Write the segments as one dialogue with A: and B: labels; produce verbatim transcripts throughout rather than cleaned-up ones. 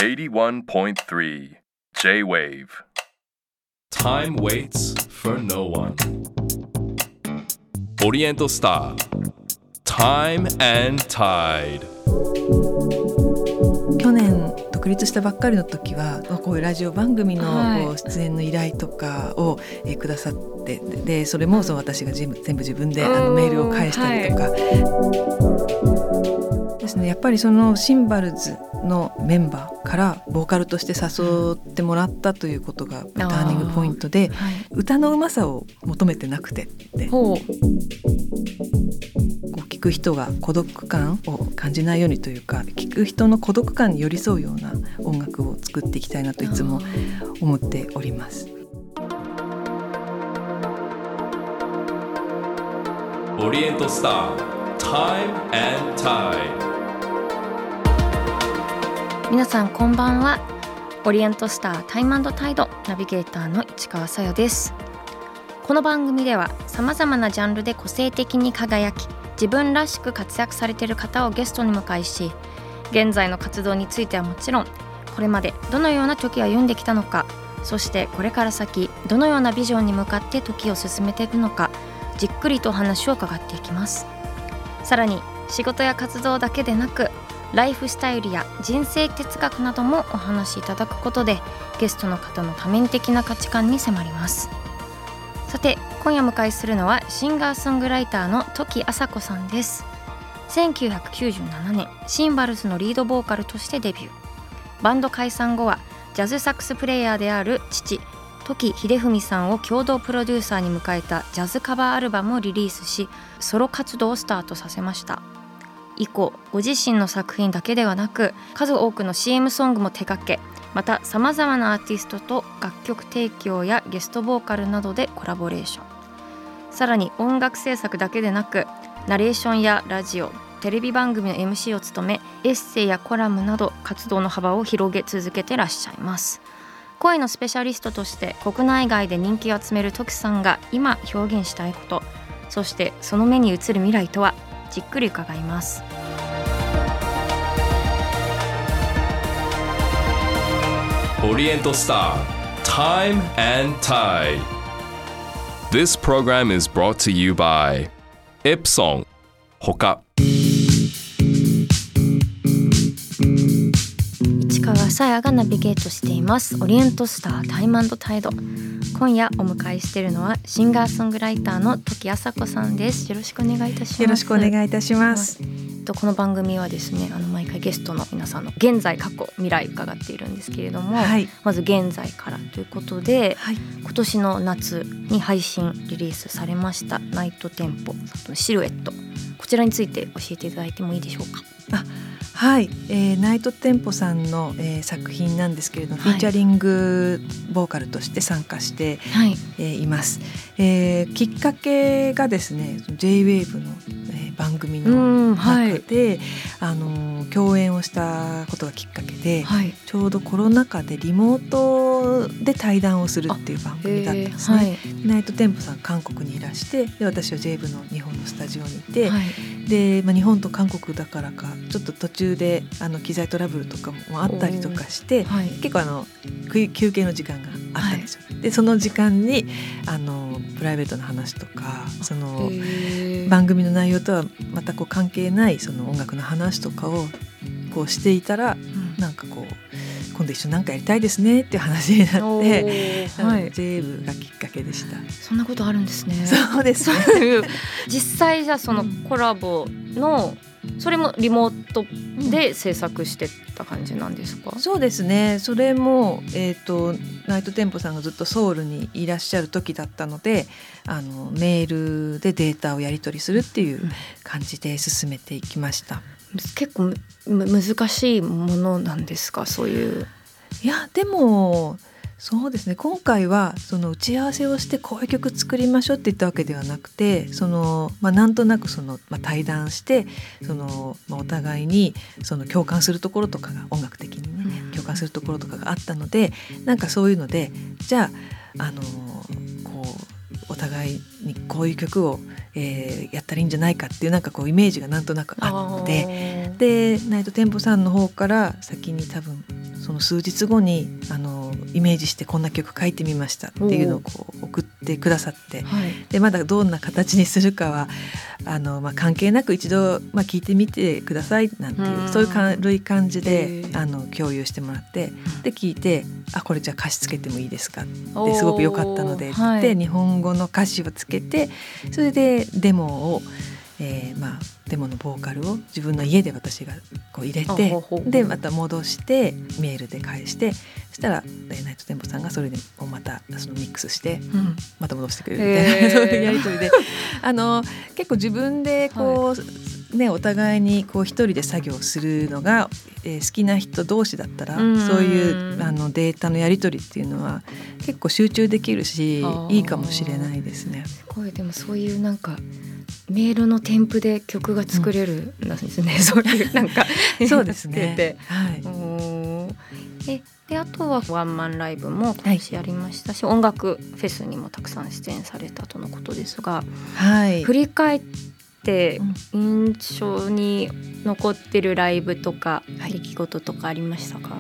A: eighty-one point three J-Wave
B: Time waits for no one. Oriental Star Time and Tide。
C: 去年独立したばっかりの時はこういうラジオ番組の
D: はい
C: こう出演の依頼とかを、えーくださってでそれもその私が全部全部自分であのメールを返したりとか、ですね、やっぱりそのシンバルズのメンバーからボーカルとして誘ってもらったということがターニングポイントで、
D: はい、
C: 歌のうまさを求めてなくてで
D: ほう
C: こう聞く人が孤独感を感じないようにというか聞く人の孤独感に寄り添うような音楽を作っていきたいなといつも思っております。
B: オリエントスター Time and Tide。
D: 皆さんこんばんは。オリエントスタータイム&タイドナビゲーターの市川さよです。この番組ではさまざまなジャンルで個性的に輝き自分らしく活躍されている方をゲストに迎えし、現在の活動についてはもちろんこれまでどのような時を歩んできたのか、そしてこれから先どのようなビジョンに向かって時を進めていくのか、じっくりとお話を伺っていきます。さらに仕事や活動だけでなくライフスタイルや人生哲学などもお話しいただくことでゲストの方の多面的な価値観に迫ります。さて今夜迎えするのはシンガーソングライターの時あさこさんです。せんきゅうひゃくきゅうじゅうななねんシンバルスのリードボーカルとしてデビュー。バンド解散後はジャズサックスプレイヤーである父時秀文さんを共同プロデューサーに迎えたジャズカバーアルバムをリリースしソロ活動をスタートさせました。以降ご自身の作品だけではなく数多くの シーエム ソングも手掛け、またさまざまなアーティストと楽曲提供やゲストボーカルなどでコラボレーション、さらに音楽制作だけでなくナレーションやラジオテレビ番組の エムシー を務めエッセイやコラムなど活動の幅を広げ続けてらっしゃいます。声のスペシャリストとして国内外で人気を集める時さんが今表現したいこと、そしてその目に映る未来とは、じっくり伺います。
B: オリエントスター Time and Tide。 This program is brought to you by エプソンほか。
D: 市川さやがナビゲートしていますオリエントスタータイム&タイド。今夜お迎えしているのはシンガーソングライターの時あさこさんです。よろしくお願いいたします。
C: よろしくお願いいたします。
D: この番組はですね、あの毎回ゲストの皆さんの現在過去未来伺っているんですけれども、はい、まず現在からということで、はい、今年の夏に配信リリースされましたナイトテンポのシルエット、こちらについて教えていただいてもいいでしょうか。
C: あはい、えー、ナイトテンポさんの、えー、作品なんですけれども、はい、フィーチャリングボーカルとして参加して、はいえー、います、えー、きっかけがですね ジェイウェーブ の、えー、番組の中で、はい、あの共演をしたことがきっかけで、はい、ちょうどコロナ禍でリモートで対談をするっていう番組だったんですね、はい、ナイトテンポさん韓国にいらして、で私は ジェイウェーブ の日本のスタジオにいて、はいでまあ、日本と韓国だからかちょっと途中であの機材トラブルとかもあったりとかして、はい、結構あの休憩の時間があったんですよ、はい、でその時間にあのプライベートな話とかその番組の内容とはまたこう関係ないその音楽の話とかをこうしていたら、うん、なんかこう今度一緒に何かやりたいですねっていう話になって、はい、ジェイウェーブ がきっかけでした。
D: そんなことあるんですね。
C: そうですね
D: 実際じゃあそのコラボの、うん、それもリモートで制作してた感じなんですか。
C: うん、そうですね。それも、えーと、ナイトテンポさんがずっとソウルにいらっしゃる時だったので、あのメールでデータをやり取りするっていう感じで進めていきました。
D: 結構難しいものなんですか、そういう。
C: いやでもそうですね、今回はその打ち合わせをしてこういう曲作りましょうって言ったわけではなくて、その、まあ、なんとなくその、まあ、対談してその、まあ、お互いにその共感するところとかが音楽的にね、うん、共感するところとかがあったので、なんかそういうのでじゃあ、あのこうお互いにこういう曲をえー、やったらいいんじゃないかっていうなんかこうイメージがなんとなくあって、でナイトテンポさんの方から先に多分その数日後にあのイメージしてこんな曲書いてみましたっていうのをこう送ってくださって、はい、でまだどんな形にするかはあの、まあ、関係なく一度、まあ、聞いてみてくださいなんていう、うそういう軽い感じであの共有してもらって、で聞いて、あこれじゃあ歌詞つけてもいいですかってすごく良かったのでって言って、はい、日本語の歌詞をつけて、それでデモをえーまあ、デモのボーカルを自分の家で私がこう入れて、でまた戻してメールで返して、そしたらナイトテンポさんがそれでまたそのミックスして、うん、また戻してくれるみたいな、そういうやり取りであの結構自分でこう、はいね、お互いにこう一人で作業するのが、えー、好きな人同士だったら、そういうあのデータのやり取りっていうのは結構集中できるし、いいかもしれないですね。
D: すごい、でもそういうなんかメールの添付で曲が作れるんですね、うん、そういうなんか
C: そうですね、はい、
D: おえであとはワンマンライブも今年やりましたし、はい、音楽フェスにもたくさん出演されたとのことですが、はい、振り返って印象に残ってるライブとか出来事とかありましたか？はい、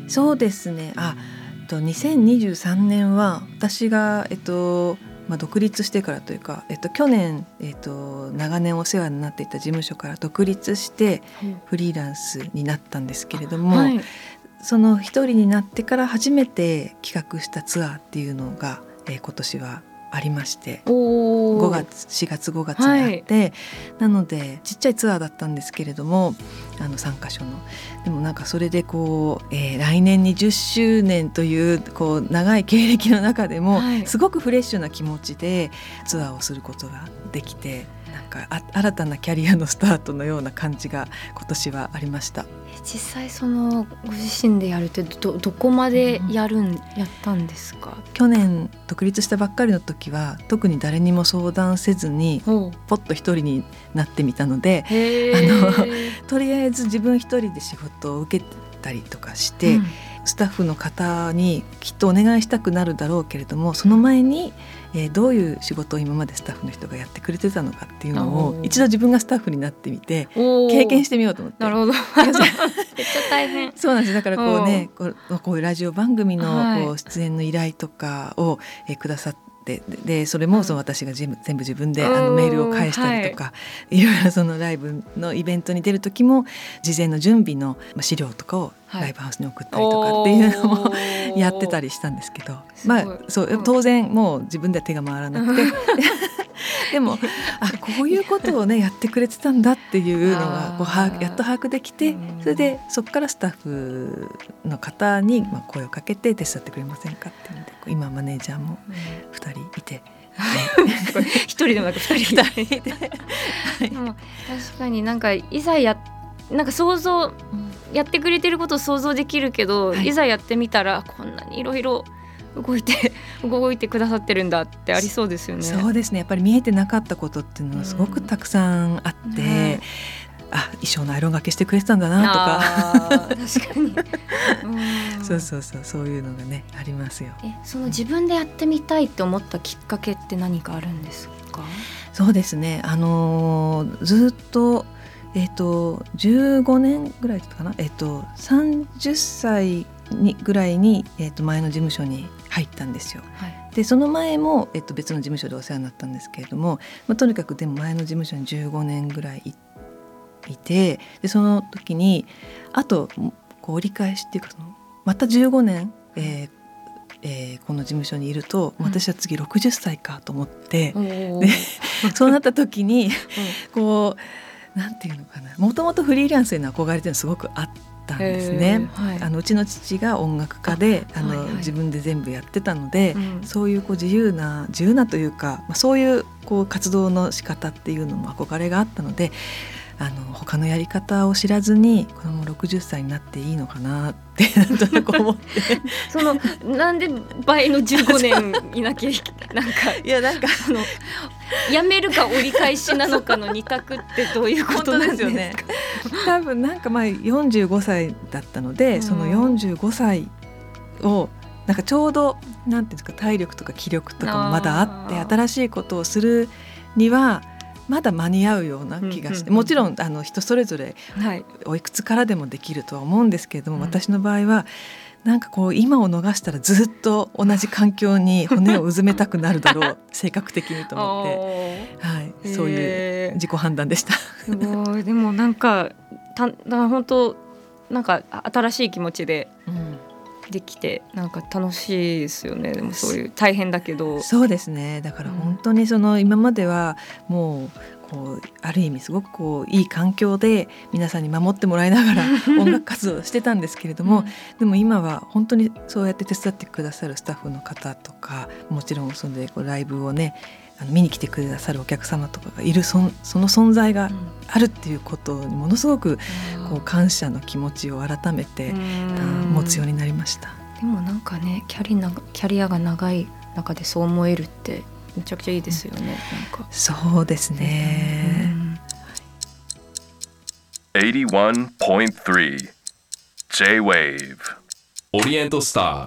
C: そうですね、あとにせんにじゅうさんねんは私がえっとまあ、独立してからというか、えっと、去年、えっと、長年お世話になっていた事務所から独立してフリーランスになったんですけれども、はい、その一人になってから初めて企画したツアーっていうのが、えー、今年はありまして、ごがつしがつごがつにあって、はい、なのでちっちゃいツアーだったんですけれども、あのさんかしょのでもなんかそれでこう、えー、来年にじゅっしゅうねんという、こう長い経歴の中でも、はい、すごくフレッシュな気持ちでツアーをすることができて、なんかあ新たなキャリアのスタートのような感じが今年はありました。
D: 実際そのご自身でやるって ど, どこまでやるん、うん、やったんですか？
C: 去年独立したばっかりの時は特に誰にも相談せずにポッと一人になってみたので、あのとりあえず自分一人で仕事を受けたりとかして、うん、スタッフの方にきっとお願いしたくなるだろうけれども、その前に、えー、どういう仕事を今までスタッフの人がやってくれてたのかっていうのを一度自分がスタッフになってみて経験してみようと思って。
D: なるほどめっちゃ大変。
C: そうなんです。だからこうね、こう、こういうラジオ番組のこう出演の依頼とかを、えー、くださってで, でそれもその私が全部、全部自分であのメールを返したりとか、はい、いろいろそのライブのイベントに出る時も事前の準備の資料とかをライブハウスに送ったりとかっていうのも、はい、やってたりしたんですけど、まあ、そう当然もう自分では手が回らなくてでもあこういうことをねやってくれてたんだっていうのがこうやっと把握できて、それでそこからスタッフの方にまあ声をかけて手伝ってくれませんかっていうので、今マネージャーもふたりいて、
D: 一人でもなくふたりいてでも確かになんかいざやなんか想像やってくれてることを想像できるけど、はい、いざやってみたらこんなにいろいろ動いて動いてくださってるんだってありそうですよね。
C: そうですね、やっぱり見えてなかったことっていうのはすごくたくさんあって、うん、あ衣装のアイロンがけしてくれてたんだなとか
D: あ確かに
C: うんそうそうそうそういうのがねありますよ。
D: えその自分でやってみたいって思ったきっかけって何かあるんですか？
C: そうですね、あのー、ずっとえー、とじゅうごねんぐらいかな、えー、とさんじゅっさいにぐらいに、えー、と前の事務所に入ったんですよ、はい、でその前も、えー、と別の事務所でお世話になったんですけれども、まあ、とにかくでも前の事務所にじゅうごねんぐらい い, いてでその時にあとこう折り返しっていうかそのまたじゅうごねん、えーえー、この事務所にいると私は次ろくじゅっさいかと思って、うん、でそうなった時に、うん、こうなんていうのかな、もともとフリーランスへの憧れっていうのはすごくあったんですね、はい、あのうちの父が音楽家であの、はいはい、自分で全部やってたので、うん、そういうこう自由な自由なというか、まあ、そういうこう活動の仕方っていうのも憧れがあったので、あの他のやり方を知らずにこのろくじゅっさいになっていいのかなってなんとなく思って
D: そのなんで倍のじゅうごねんいなきゃいけないなんか
C: いやなんか
D: あのやめるか折り返しなのかの二択ってどういうことなんですか？
C: 本当ですよね。多分なんかまあよんじゅうごさいだったので、うん、そのよんじゅうごさいをなんかちょうどなんていうんですか、体力とか気力とかもまだあって新しいことをするにはまだ間に合うような気がして、うんうんうん、もちろんあの人それぞれおいくつからでもできるとは思うんですけれども、はい、私の場合はなんかこう今を逃したらずっと同じ環境に骨をうずめたくなるだろう性格的にと思って、はい、そういう自己判断でした。
D: すごい。でもなんかただ本当なんか新しい気持ちでできて、うん、なんか楽しいですよね。でもそういう大変だけど。そうですね。だから本当にその今まではもうこうある意味すごくこういい環境で皆さんに守ってもらいながら音楽活動をしてたんですけれども、うん、でも今は本当にそうやって手伝ってくださるスタッフの方とか、もちろんそれでこうライブをねあの見に来てくださるお客様とかがいる そ, その存在があるっていうことにものすごくこう感謝の気持ちを改めて持つようになりました。 でもなんかねキャリなキャリアが長い中でそう思えるってめちゃくちゃいいですよね。なんか
C: そうですね。
A: はちじゅういってんさん J-Wave
B: オリエントスター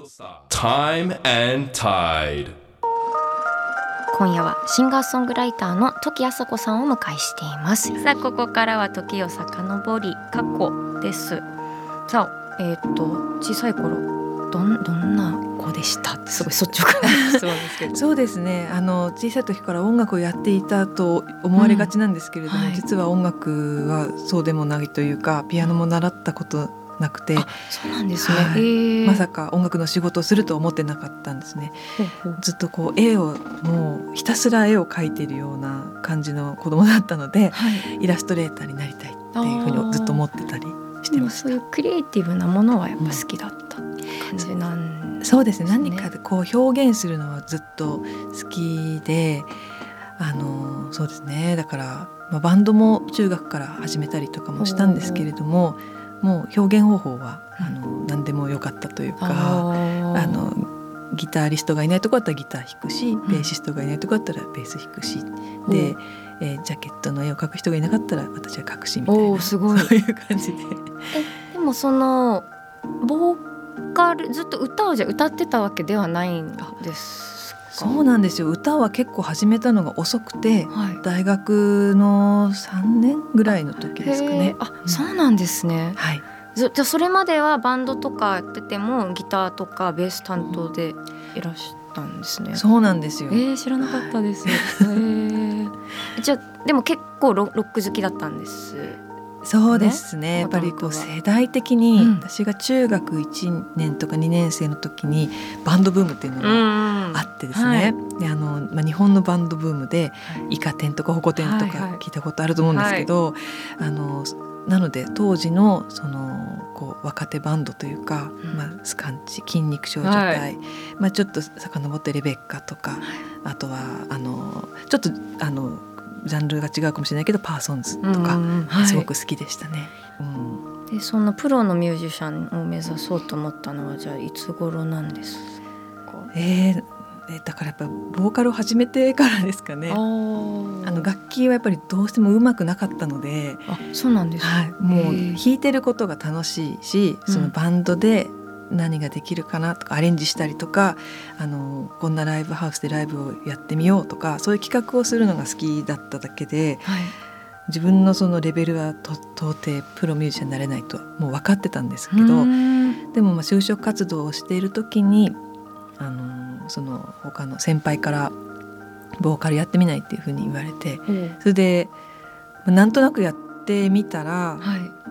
B: Time and Tide。
D: 今夜はシンガーソングライターの時あさこさんをお迎えしています。さあここからは時を遡り過去です。さあえっ、ー、と小さい頃ど ん, どんな子でしたってすごい率直な質問ですけど。
C: そうですね、あの小さい時から音楽をやっていたと思われがちなんですけれども、うんはい、実は音楽はそうでもないというか、ピアノも習ったことなくて、
D: あそうなんですね、
C: はい、まさか音楽の仕事をすると思ってなかったんですね。ほうほう。ずっとこう絵をもうひたすら絵を描いているような感じの子供だったので、はい、イラストレーターになりたいっていうふうにずっと思ってたりしてました。
D: そういうクリエイティブなものはやっぱ好きだった感じなんですね。
C: そうですね、何かでこう表現するのはずっと好きで、あのそうですね、だから、まあ、バンドも中学から始めたりとかもしたんですけれども、もう表現方法はあの何でもよかったというか、あのギタリストがいないとこだったらギター弾くし、ベーシストがいないとこだったらベース弾くし、うん、で、えー、ジャケットの絵を描く人がいなかったら私は描くしみたいな、
D: おすごい
C: そういう感じで。
D: えでもそのボーカルずっと歌をじゃ歌ってたわけではないんですか？
C: そうなんですよ。歌は結構始めたのが遅くて、はい、大学のさんねんぐらいの時ですかね。
D: あ、そうなんですね、はい、じゃそれまではバンドとかやっててもギターとかベース担当でいらしたんですね、うん、
C: そうなんですよ。
D: えー、知らなかったです、はいえー、じゃあでも結構ロック好きだったんです
C: そうですね、やっぱりこう世代的に、うん、私が中学いちねんとかにねん生の時にバンドブームっていうのがあってですね、はい、であの、まあ、日本のバンドブームで、はい、イカ天とかホコ天とか聞いたことあると思うんですけど、はいはい、あのなので当時の、そのこう若手バンドというか、うんまあ、スカンチ、筋肉少女隊、はいまあ、ちょっと遡ってレベッカとか、はい、あとはあのちょっとあのジャンルが違うかもしれないけどパーソンズとか、はい、すごく好きでしたね、うん、
D: でそんなプロのミュージシャンを目指そうと思ったのはじゃあいつ頃なんですか？
C: えー、だからやっぱボーカルを始めてからですかね。あの楽器はやっぱりどうしても上手くなかったので。
D: あ、そうなんですか、はい、
C: もう弾いてることが楽しいし、そのバンドで何ができるかなとかアレンジしたりとか、あのこんなライブハウスでライブをやってみようとか、そういう企画をするのが好きだっただけで、はい、自分のそのレベルはと到底プロミュージシャンになれないともう分かってたんですけど、でもまあ就職活動をしている時にあのその他の先輩からボーカルやってみないっていうふうに言われて、うん、それでなんとなくやってみたら、はい、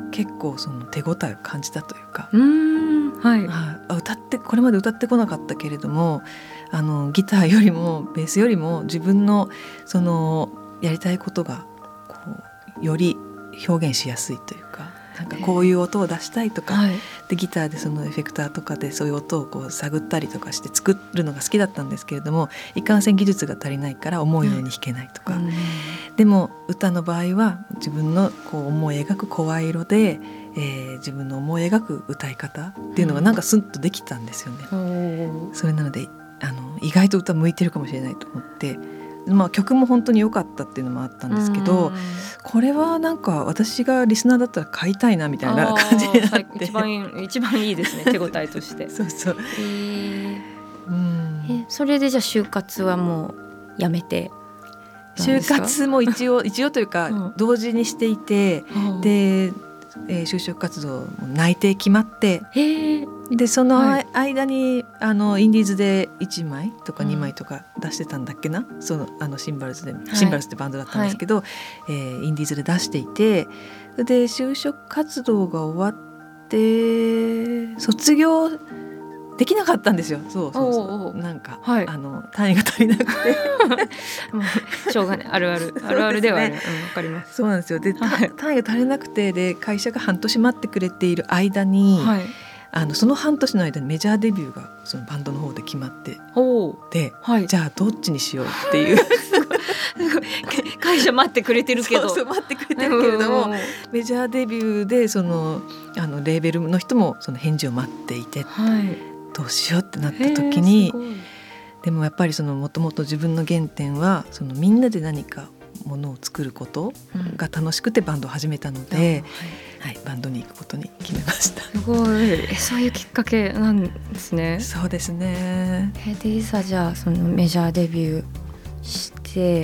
C: 結構その手応えを感じたというか、うーん、はいはい、歌ってこれまで歌ってこなかったけれども、あのギターよりもベースよりも自分のそのやりたいことがこうより表現しやすいというか、なんかこういう音を出したいとか、はい、でギターでそのエフェクターとかでそういう音をこう探ったりとかして作るのが好きだったんですけれども、いかんせん技術が足りないから思うように弾けないとか、うん、でも歌の場合は自分のこう思い描く声色で、えー、自分の思い描く歌い方っていうのがなんかスンとできたんですよね、うん、それなのであの意外と歌向いてるかもしれないと思って、まあ、曲も本当に良かったっていうのもあったんですけど、うん、これはなんか私がリスナーだったら買いたいなみたいな感じになって、
D: 一番、一番いいですね手応えとして
C: そうそう、えー
D: うん、えそれでじゃあ就活はもうやめて？
C: 就活も一応一応というか同時にしていて、うん、で、えー、就職活動も内定決まって、
D: へ
C: でその間に、はい、あのインディーズでいちまいとかにまいとか出してたんだっけな、うん、そのあのシンバルズで、はい、シンバルズってバンドだったんですけど、はい、えー、インディーズで出していて、で就職活動が終わって卒業できなかったんですよ。そうそうそう、おうおう、なんか、はい、あの単位が足りなくて
D: もうしょうがない、あるあるあるあるではある、うん、わかります。
C: そうなんですよ。で、はい、単位が足りなくて、で会社が半年待ってくれている間に、はい、あのその半年の間にメジャーデビューがそのバンドの方で決まって、で、はい、じゃあどっちにしようっていう
D: 会社待ってくれてるけど
C: そうそう待ってくれてるけれども、メジャーデビューでそのあのレーベルの人もその返事を待っていて、はい、どうしようってなった時に、でもやっぱりそのもともと自分の原点はそのみんなで何かものを作ることが楽しくてバンドを始めたので、うん、はいはい、バンドに行くことに決めました。
D: すごい、そういうきっかけなんですね。
C: そうですね。
D: でいざじゃあそのメジャーデビューして、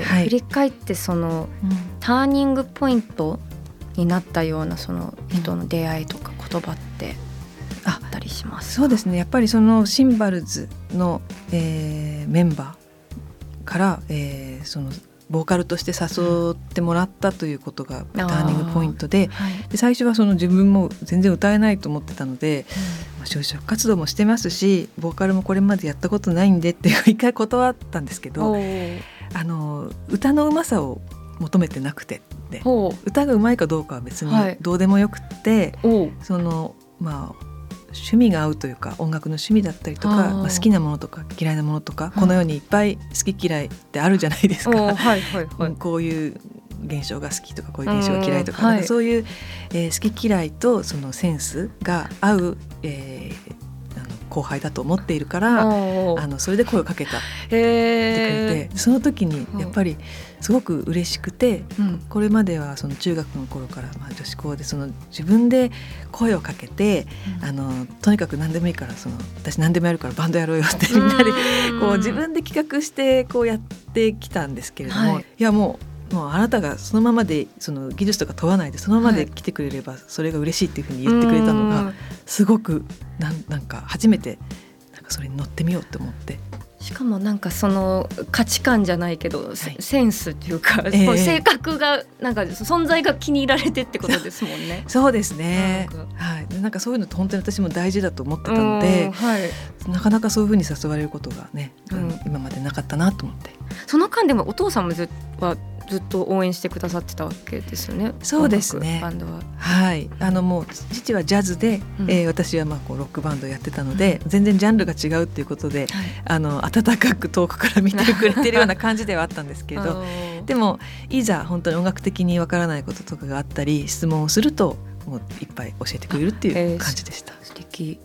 D: はい、振り返ってその、うん、ターニングポイントになったようなその人の出会いとか言葉ってあったりしますか？
C: そうですね、やっぱりそのシンバルズの、えー、メンバーから、えー、そのボーカルとして誘ってもらったということがターニングポイント で,、はい、で最初はその自分も全然歌えないと思ってたので、うん、まあ、就職活動もしてますしボーカルもこれまでやったことないんでって一回断ったんですけど、あの歌のうまさを求めてなくて、で歌がうまいかどうかは別にどうでもよくって、はい、そのまあ趣味が合うというか音楽の趣味だったりとか、まあ、好きなものとか嫌いなものとか、この世にいっぱい好き嫌いってあるじゃないですか、はいはいはい、こういう現象が好きとかこういう現象が嫌いとか、 なんかそういう、えー、好き嫌いとそのセンスが合う、えー、あの後輩だと思っているから、あのそれで声をかけたってくれて、その時にやっぱりすごく嬉しくて、うん、これまではその中学の頃から、まあ、女子校でその自分で声をかけて、うん、あのとにかく何でもいいからその私何でもやるからバンドやろうよってみんなでこう自分で企画してこうやってきたんですけれども、はい、いやもう、もうあなたがそのままでその技術とか問わないでそのままで来てくれればそれが嬉しいっていうふうに言ってくれたのがすごく な, なんか初めてなんかそれに乗ってみようと思って、
D: しかもなんかその価値観じゃないけど、はい、センスっていうか、えー、性格がなんか存在が気に入られてってことですもんね。
C: そうですね、なんか、はい、なんかそういうのって本当に私も大事だと思ってたので、はい、なかなかそういうふうに誘われることがね、うん、今までなかったなと思って。
D: その間でもお父さんもずっとずっと応援してくださってたわけですよね。
C: そうですね、
D: バンドは、
C: はい、あのもう父はジャズで、うん、えー、私はまあこうロックバンドやってたので、うん、全然ジャンルが違うっていうことで、はい、あの温かく遠くから見てくれてるような感じではあったんですけどでもいざ本当に音楽的にわからないこととかがあったり質問をするともういっぱい教えてくれるっていう感じでした。
D: えー、素敵。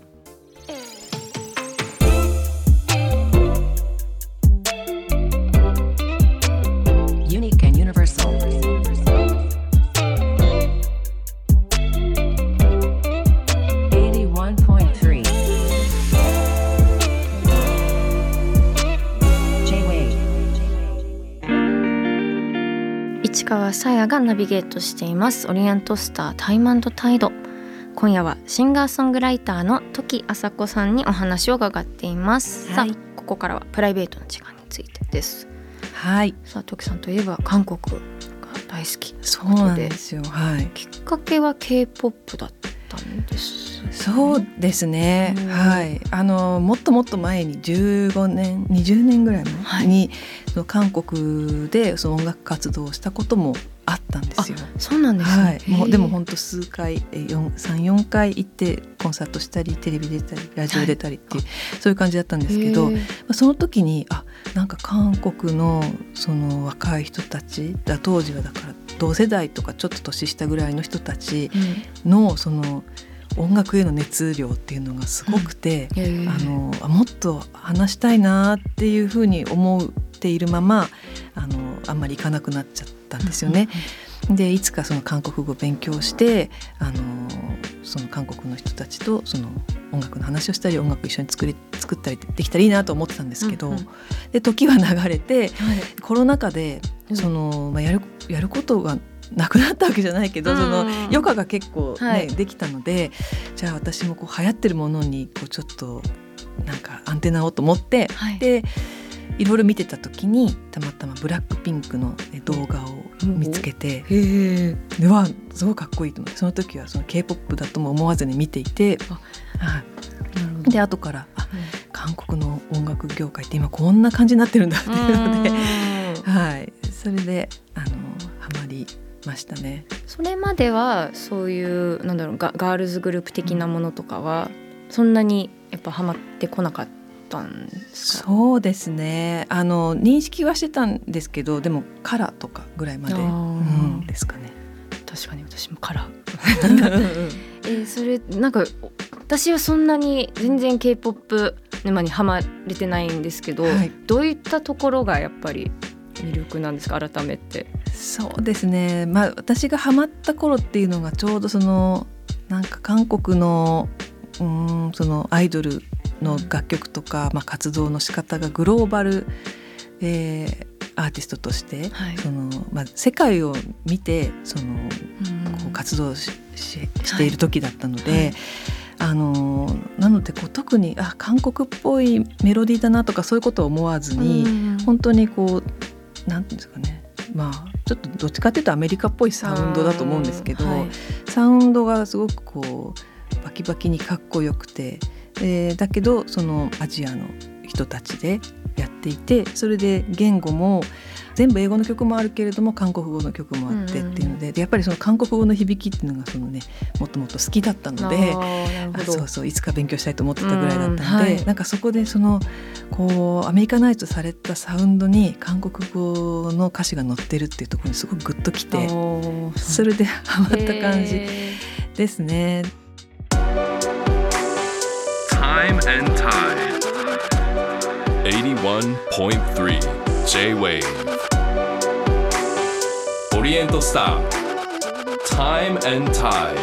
D: 市川さやがナビゲートしていますオリエントスタータイム&タイド。今夜はシンガーソングライターの時あさこさんにお話を伺っています、はい、さあここからはプライベートの時間についてです。
C: はい、
D: さあ時さんといえば韓国が大好き。
C: そうなんですよ、はい、
D: きっかけは K-ポップ だったんです、ね、
C: そうですね、はい、あのもっともっと前にじゅうごねんにじゅうねんぐらい前に、はい、その韓国でその音楽活動をしたこともあったんですよ。
D: そうなんですね、
C: はい、もうでも本当数回さん、よんかい行ってコンサートしたりテレビ出たりラジオ出たりっていう、はい、そういう感じだったんですけど、まあ、その時にあなんか韓国のその若い人たちだ当時はだから同世代とかちょっと年下ぐらいの人たちのその音楽への熱量っていうのがすごくて、うん、あのもっと話したいなっていうふうに思っているままあのあんまり行かなくなっちゃったんですよね、うんうんうん、でいつかその韓国語を勉強してあのその韓国の人たちとその音楽の話をしたり音楽一緒に作り作ったりできたらいいなと思ってたんですけど、うんうん、で時は流れて、はい、コロナ禍でその、まあ、やる、やることがなくなったわけじゃないけど、うん、その余暇が結構、ねはい、できたので、じゃあ私もこう流行ってるものにこうちょっとなんかアンテナをと思って、はい、でいろいろ見てた時にたまたまブラックピンクの動画を見つけて、うん、へでわすごいかっこいいと思って、その時はその K-ポップ だとも思わずに見ていて、あ、はい、で後からあ、うん、韓国の音楽業界って今こんな感じになってるんだっていうので、はい、それであのハマりましたね。
D: それまではそういうなんだろう ガ, ガールズグループ的なものとかはそんなにやっぱハマってこなかったんですか？
C: そうですね、あの認識はしてたんですけど、でもカラーとかぐらいまで、うん、ですかね。
D: 確かに私もカラーえー、それなんか私はそんなに全然 K-ポップ 沼にハマれてないんですけど、はい、どういったところがやっぱり魅力なんですか、改めて。
C: そうですね、まあ、私がハマった頃っていうのがちょうどそのなんか韓国のうーんそのアイドルの楽曲とか、まあ、活動の仕方がグローバル、えー、アーティストとして、はい、そのまあ、世界を見てそのこう活動 し, し, している時だったので、はいはい、あのなのでこう特にあ韓国っぽいメロディーだなとかそういうことを思わずに、本当にこうなんていうんですかね、まあ、ちょっとどっちかというとアメリカっぽいサウンドだと思うんですけど、はい、サウンドがすごくこうバキバキにかっこよくて、えー、だけどそのアジアの人たちでやっていて、それで言語も全部英語の曲もあるけれども韓国語の曲もあってっていうの で,、うんうん、でやっぱりその韓国語の響きっていうのがその、ね、もっともっと好きだったので、あそうそういつか勉強したいと思ってたぐらいだったので、うんはい、なんかそこでそのこうアメリカナイズされたサウンドに韓国語の歌詞が載ってるっていうところにすごくグッときて、それでハマった感じですね。
A: Time and Tide
B: エイティワンポイントスリー J-Wave オリエントスター Time and Tide。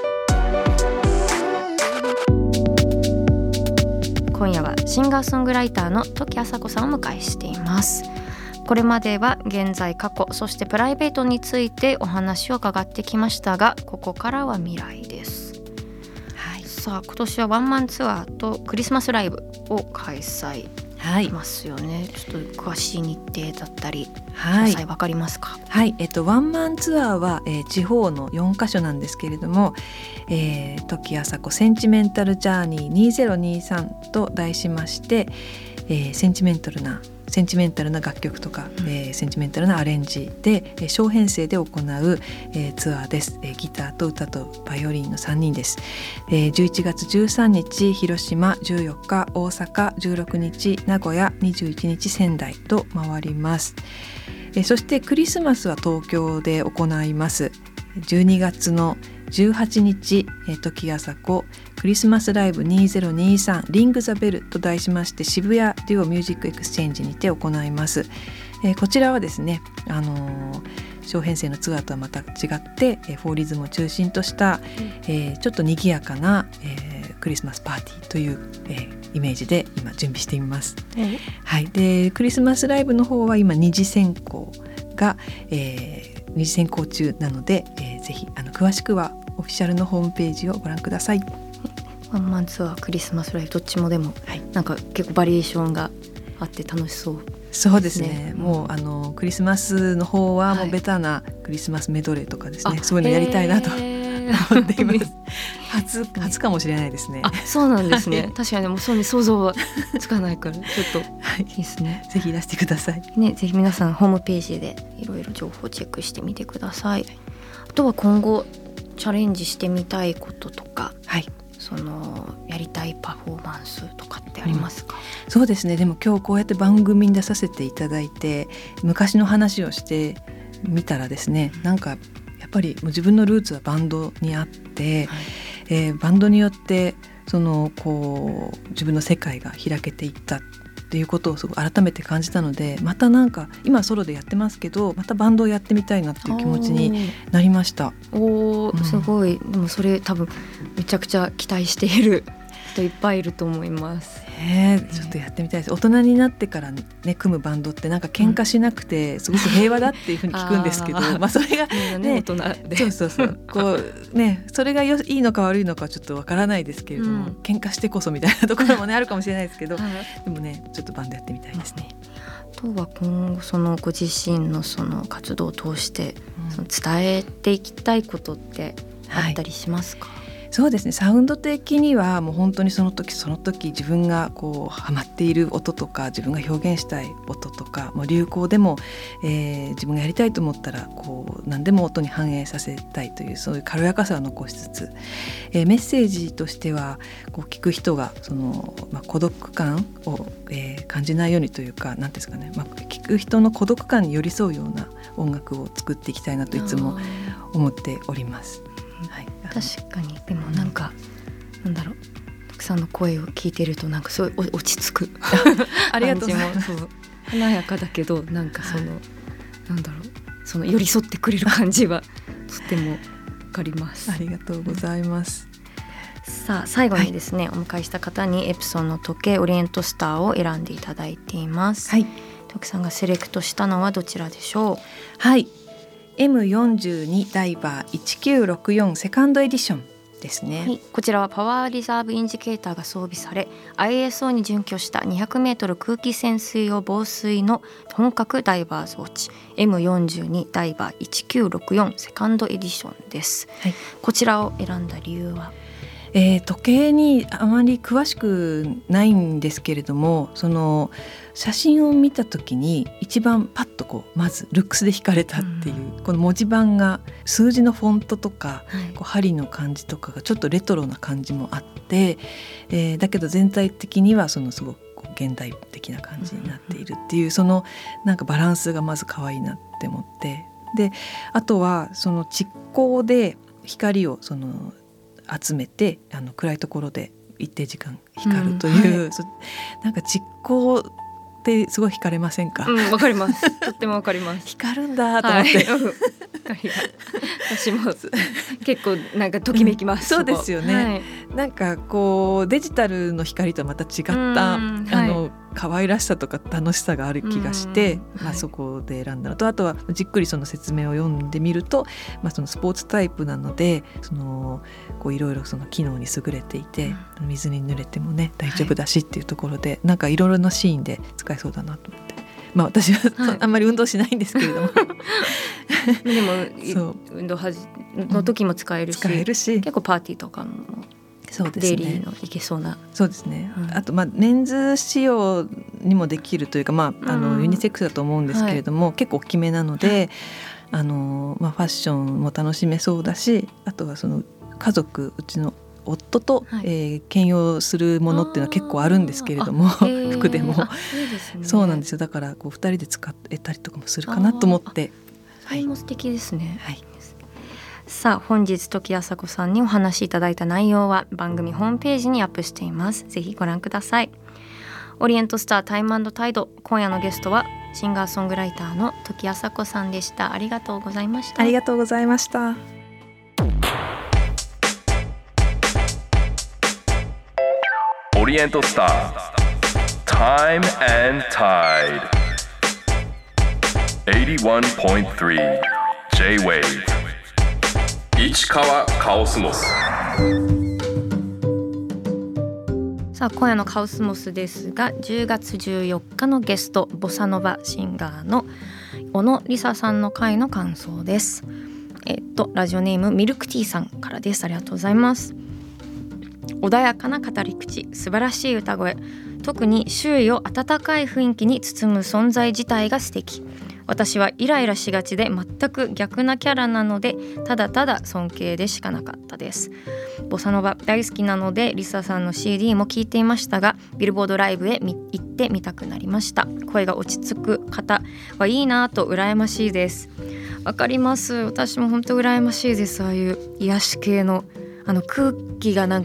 D: 今夜はシンガーソングライターの時あさこさんをお迎えしています。これまでは現在過去そしてプライベートについてお話を伺ってきましたが、ここからは未来です。はい、さあ今年はワンマンツアーとクリスマスライブを開催しますよね、はい、ちょっと詳しい日程だったり詳細わかりますか？
C: はい、えっと、ワンマンツアーは、えー、地方のよんカ所なんですけれども、えー、時あさこセンチメンタルジャーニーにせんにじゅうさんと題しまして、えー、センチメンタルなセンチメンタルな楽曲とか、うんえー、センチメンタルなアレンジで、えー、小編成で行う、えー、ツアーです、えー、ギターと歌とバイオリンのさんにんです、えー、じゅういちがつじゅうさんにち広島、じゅうよっか大阪、じゅうろくにち名古屋、にじゅういちにち仙台と回ります、えー、そしてクリスマスは東京で行います。じゅうにがつのじゅうはちにち、えー、時あさこクリスマスライブにせんにじゅうさんリングザベルと題しまして渋谷デュオミュージックエクスチェンジにて行います、えー、こちらはですね、あのー、小編成のツアーとはまた違って、えー、フォーリズムを中心とした、えー、ちょっと賑やかな、えー、クリスマスパーティーという、えー、イメージで今準備しています、うんはい、でクリスマスライブの方は今二次選考が、えー、二次選考中なので、えー、ぜひあの詳しくはオフィシャルのホームページをご覧ください。
D: ワンマンツアークリスマスライブどっちもでも、はい、なんか結構バリエーションがあって楽しそうですね。
C: そうですね、もうあのクリスマスの方はもうベタなクリスマスメドレーとかですね、はい、そういうのやりたいなと思っています初, 初かもしれないですね。
D: あ、そうなんですね、はい、確かにもうそうに想像はつかないからちょっといいですね、
C: はい、ぜひいらしてください、
D: ね、ぜひ皆さんホームページでいろいろ情報チェックしてみてください。あとは今後チャレンジしてみたいこととか、はい、そのやりたいパフォーマンスとかってありますか？
C: うん、そうですね、でも今日こうやって番組に出させていただいて昔の話をしてみたらですね、なんかやっぱりもう自分のルーツはバンドにあって、はいえー、バンドによってそのこう自分の世界が開けていったっていうことをすごく改めて感じたので、またなんか今ソロでやってますけどまたバンドをやってみたいなっていう気持ちになりました。
D: おー、すごい、うん、でもそれ多分めちゃくちゃ期待している人いっぱいいると思います。
C: えー、ちょっとやってみたいです。大人になってから、ね、組むバンドってなんか喧嘩しなくてすごく平和だっていうふうに聞くんですけどあ、まあ、それが、ね
D: ね、大人で
C: そうそうそうこう、ね、それがよいいのか悪いのかちょっとわからないですけれども、うん、喧嘩してこそみたいなところも、ね、あるかもしれないですけど、はい、でもねちょっとバンドやってみたいですね。
D: あとは今後そのご自身のその活動を通して、うん、その伝えていきたいことってあったりしますか？はい、
C: そうですね、サウンド的にはもう本当にその時その時自分がこうハマっている音とか自分が表現したい音とか、もう流行でも、えー、自分がやりたいと思ったらこう何でも音に反映させたいというそういう軽やかさを残しつつ、えー、メッセージとしてはこう聞く人がその、まあ、孤独感を、えー、感じないようにというか何ですかね、まあ、聞く人の孤独感に寄り添うような音楽を作っていきたいなといつも思っております。はい、
D: 確かにでもなんか、うん、なんだろう、徳さんの声を聞いてるとなんかすごい落ち着く
C: ありがとうございます。
D: そう華やかだけどなんかその、はい、なんだろう、その寄り添ってくれる感じはとてもわかります。
C: ありがとうございます。
D: さあ最後にですね、はい、お迎えした方にエプソンの時計オリエントスターを選んでいただいています。はい、徳さんがセレクトしたのはどちらでしょう？
C: はい、エムよんじゅうに ダイバーいちきゅうろくよんセカンドエディションですね。はい、
D: こちらはパワーリザーブインジケーターが装備され アイエスオー に準拠した にひゃくメートル 空気潜水用防水の本格ダイバー装置 エムよんじゅうに ダイバーいちきゅうろくよんセカンドエディションです。はい、こちらを選んだ理由は？
C: えー、時計にあまり詳しくないんですけれども、その写真を見た時に一番パッとこうまずルックスで惹かれたっていう、うん、この文字盤が数字のフォントとか、はい、こう針の感じとかがちょっとレトロな感じもあって、えー、だけど全体的にはそのすごくこう現代的な感じになっているっていう、そのなんかバランスがまず可愛いなって思って、であとはその蓄光で光をその集めてあの暗いところで一定時間光るという、うんはい、なんか蓄光ってすごい惹かれませんか？
D: うん、わかります。とってもわかります。
C: 光るんだと思って、はい、
D: 私も結構なんかときめきます、
C: うん、そうですよね、はい、なんかこうデジタルの光とはまた違った、あの、はい、可愛らしさとか楽しさがある気がして、まあ、そこで選んだのと、あとはじっくりその説明を読んでみると、まあ、そのスポーツタイプなのでそのこういろいろその機能に優れていて、うん、水に濡れてもね大丈夫だしっていうところで、はい、なんかいろいろなシーンで使えそうだなと思って、まあ、私は、はい、あんまり運動しないんですけれども
D: でもそう運動はじの時も使えるし、
C: 使えるし
D: 結構パーティーとかもそうですね、デイリーのいけそうな。
C: そうですね、うん、あとまあメンズ仕様にもできるというか、まあ、あのユニセックスだと思うんですけれども、はい、結構大きめなので、あの、まあ、ファッションも楽しめそうだし、あとはその家族うちの夫と、はい、えー、兼用するものっていうのは結構あるんですけれども、服でも、いいですね、そうなんですよ。だからこうふたりで使えたりとかもするかなと思って、
D: それも素敵ですね。
C: はい、
D: さあ本日時あさこさんにお話しいただいた内容は番組ホームページにアップしています。ぜひご覧ください。オリエントスタータイム&タイド、今夜のゲストはシンガーソングライターの時あさこさんでした。ありがとうございました。
C: ありがとうございました。
A: オリエントスター Time and Tide はちじゅういちてんさん J-Wave 市川カオスモス。
D: さあ今夜のカオスモスですが、じゅうがつじゅうよっかのゲストボサノバシンガーの小野梨沙さんの回の感想です。えっとラジオネームミルクティーさんからです。ありがとうございます。穏やかな語り口、素晴らしい歌声、特に周囲を温かい雰囲気に包む存在自体が素敵。私はイライラしがちで全く逆なキャラなので、ただただ尊敬でしかなかったです。ボサノバ大好きなのでリサさんの シーディー も聴いていましたが、ビルボードライブへ行ってみたくなりました。声が落ち着く方はいいなと羨ましいです。わかります。私も本当羨ましいです。ああいう癒し系のあの空気がなんか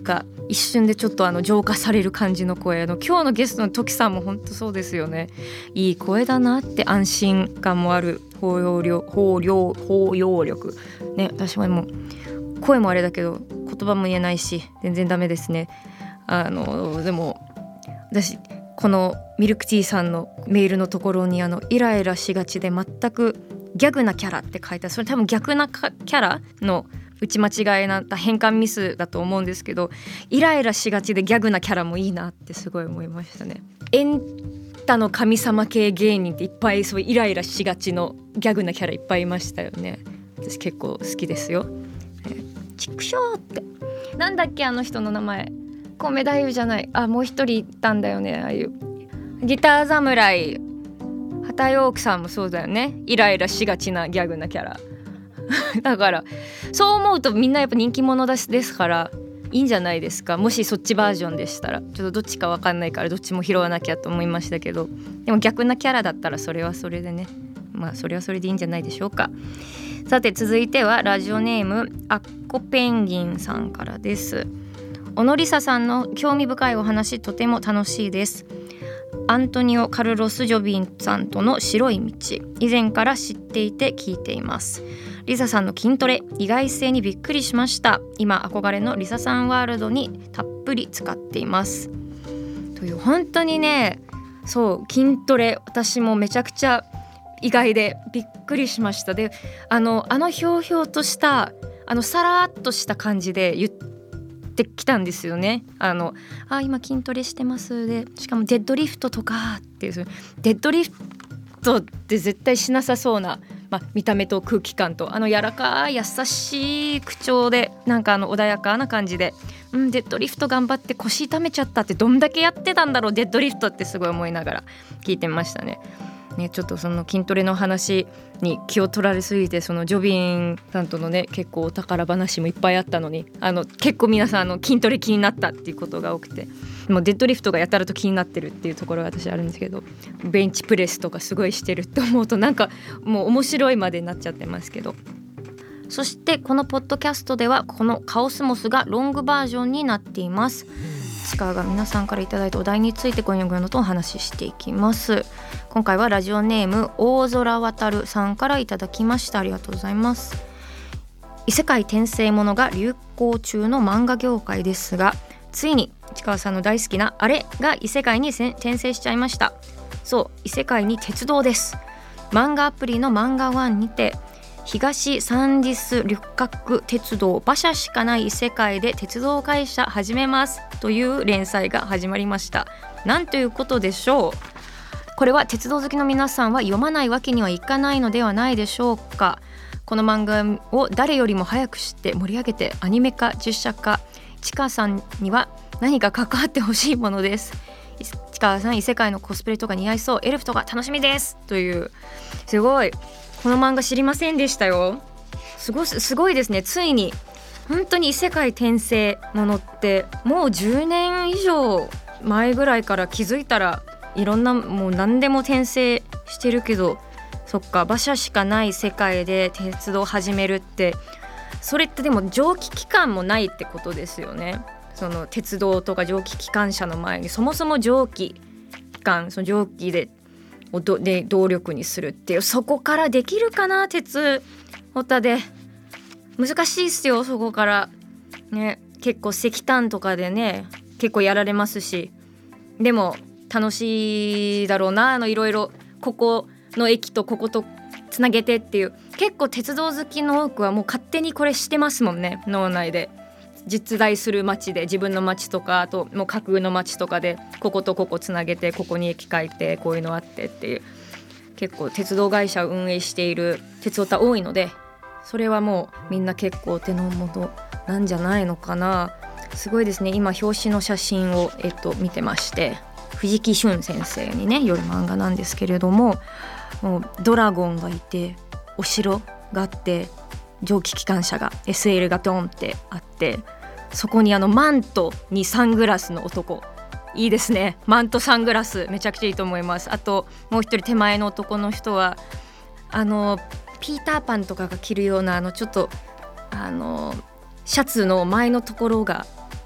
D: 一瞬でちょっとあの浄化される感じの声、あの今日のゲストのトキさんも本当そうですよね。いい声だなって、安心感もある包容力、包容、包容力ね。私ももう声もあれだけど言葉も言えないし全然ダメですね。あのでも私このミルクティーさんのメールのところにあのイライラしがちで全くギャグなキャラって書いてある。それ多分逆なキャラの打ち間違いな変換ミスだと思うんですけど、イライラしがちでギャグなキャラもいいなってすごい思いましたね。エンタの神様系芸人っていっぱいそうイライラしがちのギャグなキャラいっぱいいましたよね。私結構好きですよ。チクショーってなんだっけあの人の名前、米太夫じゃない、あもう一人いたんだよね、ああいうギター侍畑陽樹さんもそうだよね。イライラしがちなギャグなキャラだからそう思うとみんなやっぱ人気者ですですからいいんじゃないですか。もしそっちバージョンでしたら、ちょっとどっちか分かんないからどっちも拾わなきゃと思いましたけど、でも逆なキャラだったらそれはそれでね、まあそれはそれでいいんじゃないでしょうか。さて続いてはラジオネームアッコペンギンさんからです。小野梨沙さんの興味深いお話とても楽しいです。アントニオ・カルロス・ジョビンさんとの白い道、以前から知っていて聞いています。リサさんの筋トレ、意外性にびっくりしました。今憧れのリサさんワールドにたっぷり使っていますという。本当にね、そう筋トレ私もめちゃくちゃ意外でびっくりしました。であのあのひょうひょうとしたあのさらっとした感じで言ってきたんですよね。あのあ今筋トレしてますで、しかもデッドリフトとかっていう、デッドリフトって絶対しなさそうな、まあ、見た目と空気感とあの柔らかい優しい口調でなんかあの穏やかな感じで、うん、デッドリフト頑張って腰痛めちゃったってどんだけやってたんだろうデッドリフトってすごい思いながら聞いてましたね。ね、ちょっとその筋トレの話に気を取られすぎて、そのジョビンさんとのね結構お宝話もいっぱいあったのに、あの結構皆さんあの筋トレ気になったっていうことが多くて、もうデッドリフトがやたらと気になってるっていうところが私あるんですけど、ベンチプレスとかすごいしてるって思うとなんかもう面白いまでになっちゃってますけど。そしてこのポッドキャストではこのカオスモスがロングバージョンになっています。スカーが皆さんからいただいたお題についてごにょごにょとお話ししていきます。今回はラジオネーム大空渡るさんからいただきました。ありがとうございます。異世界転生ものが流行中の漫画業界ですが、ついに市川さんの大好きなあれが異世界に転生しちゃいました。そう異世界に鉄道です。漫画アプリの漫画ワンにて東サンディス旅客鉄道馬車しかない異世界で鉄道会社始めますという連載が始まりました。なんということでしょう。これは鉄道好きの皆さんは読まないわけにはいかないのではないでしょうか。この漫画を誰よりも早く知って盛り上げてアニメ化実写化、ちかさんには何か関わってほしいものです。ちかさん異世界のコスプレとか似合いそう、エルフとか楽しみですという。すごいこの漫画知りませんでしたよ。すご、すごいですね。ついに本当に異世界転生ものってもうじゅうねん以上前ぐらいから気づいたらいろんなもう何でも転生してるけど、そっか馬車しかない世界で鉄道を始めるって、それってでも蒸気機関もないってことですよね。その鉄道とか蒸気機関車の前にそもそも蒸気機関、その蒸気でで動力にするっていう、そこからできるかな。鉄オタで難しいっすよ。そこからね、結構石炭とかでね結構やられますし、でも楽しいだろうな。あのいろいろここの駅とこことつなげてっていう、結構鉄道好きの多くはもう勝手にこれしてますもんね。脳内で実在する街で、自分の街とかあともう架空の街とかでこことここつなげて、ここに駅書いてこういうのあってっていう、結構鉄道会社を運営している鉄オタ多いので、それはもうみんな結構手の元なんじゃないのかな。すごいですね。今表紙の写真を、えっと、見てまして、藤木俊先生にねよる漫画なんですけれども、もうドラゴンがいてお城があって蒸気機関車が エスエル がドンってあって、そこにあのマントにサングラスの男、いいですね。マントサングラスめちゃくちゃいいと思います。あともう一人手前の男の人はあのピーターパンとかが着るようなあのちょっとあのシャツの前のところが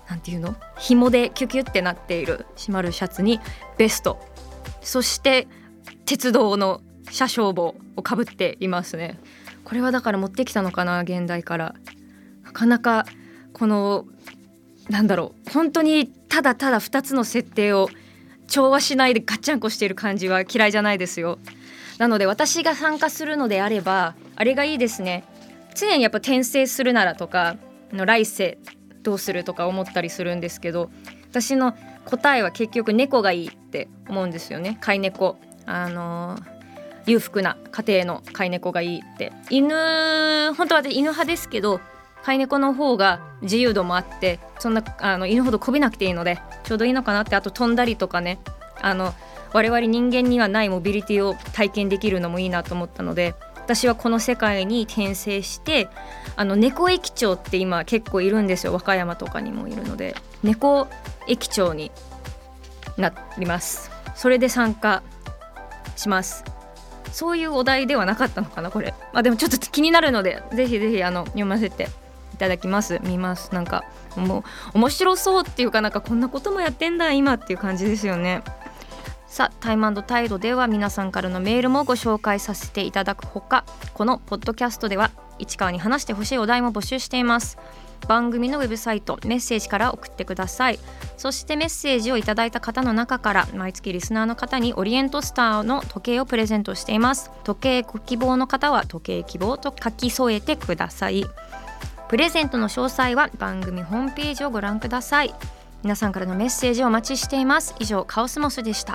D: なんていうの、紐でキュキュってなっている締まるシャツにベスト、そして鉄道の車掌帽をかぶっていますね。これはだから持ってきたのかな、現代から。なかなかこのなんだろう、本当にただただふたつの設定を調和しないでガッチャンコしている感じは嫌いじゃないですよ。なので私が参加するのであればあれがいいですね。常にやっぱ転生するならとかの来世どうするとか思ったりするんですけど、私の答えは結局猫がいいって思うんですよね。飼い猫、あのー、裕福な家庭の飼い猫がいいって。犬、本当は犬派ですけど飼い猫の方が自由度もあってそんなあの犬ほどこびなくていいのでちょうどいいのかなって。あと飛んだりとかね、あの我々人間にはないモビリティを体験できるのもいいなと思ったので、私はこの世界に転生してあの猫駅長って今結構いるんですよ。和歌山とかにもいるので猫駅長になります。それで参加します。そういうお題ではなかったのかなこれ、まあ、でもちょっと気になるのでぜひぜひあの読ませていただきます。見ます。なんかもう面白そうっていうか、なんかこんなこともやってんだ今っていう感じですよね。さあタイム&タイドでは皆さんからのメールもご紹介させていただくほか、このポッドキャストでは市川に話してほしいお題も募集しています。番組のウェブサイトメッセージから送ってください。そしてメッセージをいただいた方の中から毎月リスナーの方にオリエントスターの時計をプレゼントしています。時計ご希望の方は時計希望と書き添えてください。プレゼントの詳細は番組ホームページをご覧ください。皆さんからのメッセージをお待ちしています。以上カオスモスでした。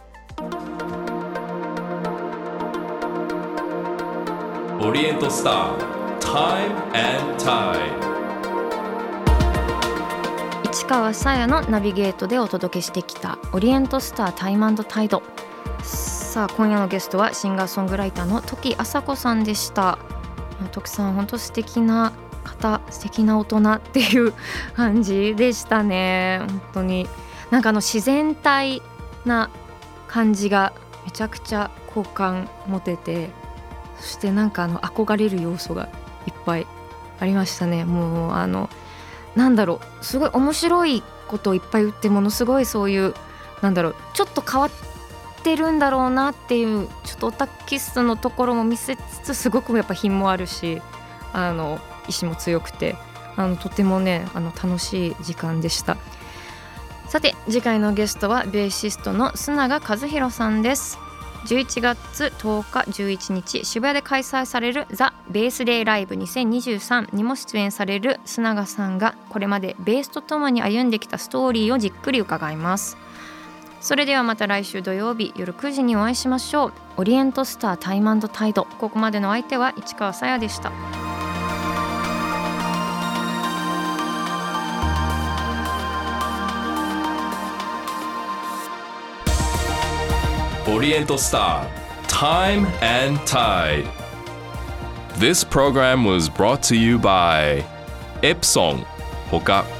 B: オリエントスター Time and Tide、
D: 市川さやのナビゲートでお届けしてきたオリエントスタータイム&タイド。さあ今夜のゲストはシンガーソングライターの時あさこさんでした。時さん本当素敵な方、素敵な大人っていう感じでしたね。本当になんかあの自然体な感じがめちゃくちゃ好感持てて、そしてなんかあの憧れる要素がいっぱいありましたね。もうあのなんだろう、すごい面白いことをいっぱい言って、ものすごいそういうなんだろう、ちょっと変わってるんだろうなっていうちょっとオタキストのところも見せつつ、すごくやっぱ品もあるし、あの意志も強くて、あのとてもねあの楽しい時間でした。さて次回のゲストはベーシストの須永和弘さんです。じゅういちがつとおかじゅういちにち渋谷で開催されるザ・ベースデーライブにせんにじゅうさんにも出演される須永さんがこれまでベースとともに歩んできたストーリーをじっくり伺います。それではまた来週土曜日夜くじにお会いしましょう。オリエントスタータイム&タイド、ここまでの相手は市川さやでした。
B: Orient Star Time and Tide. This program was brought to you by Epson ほか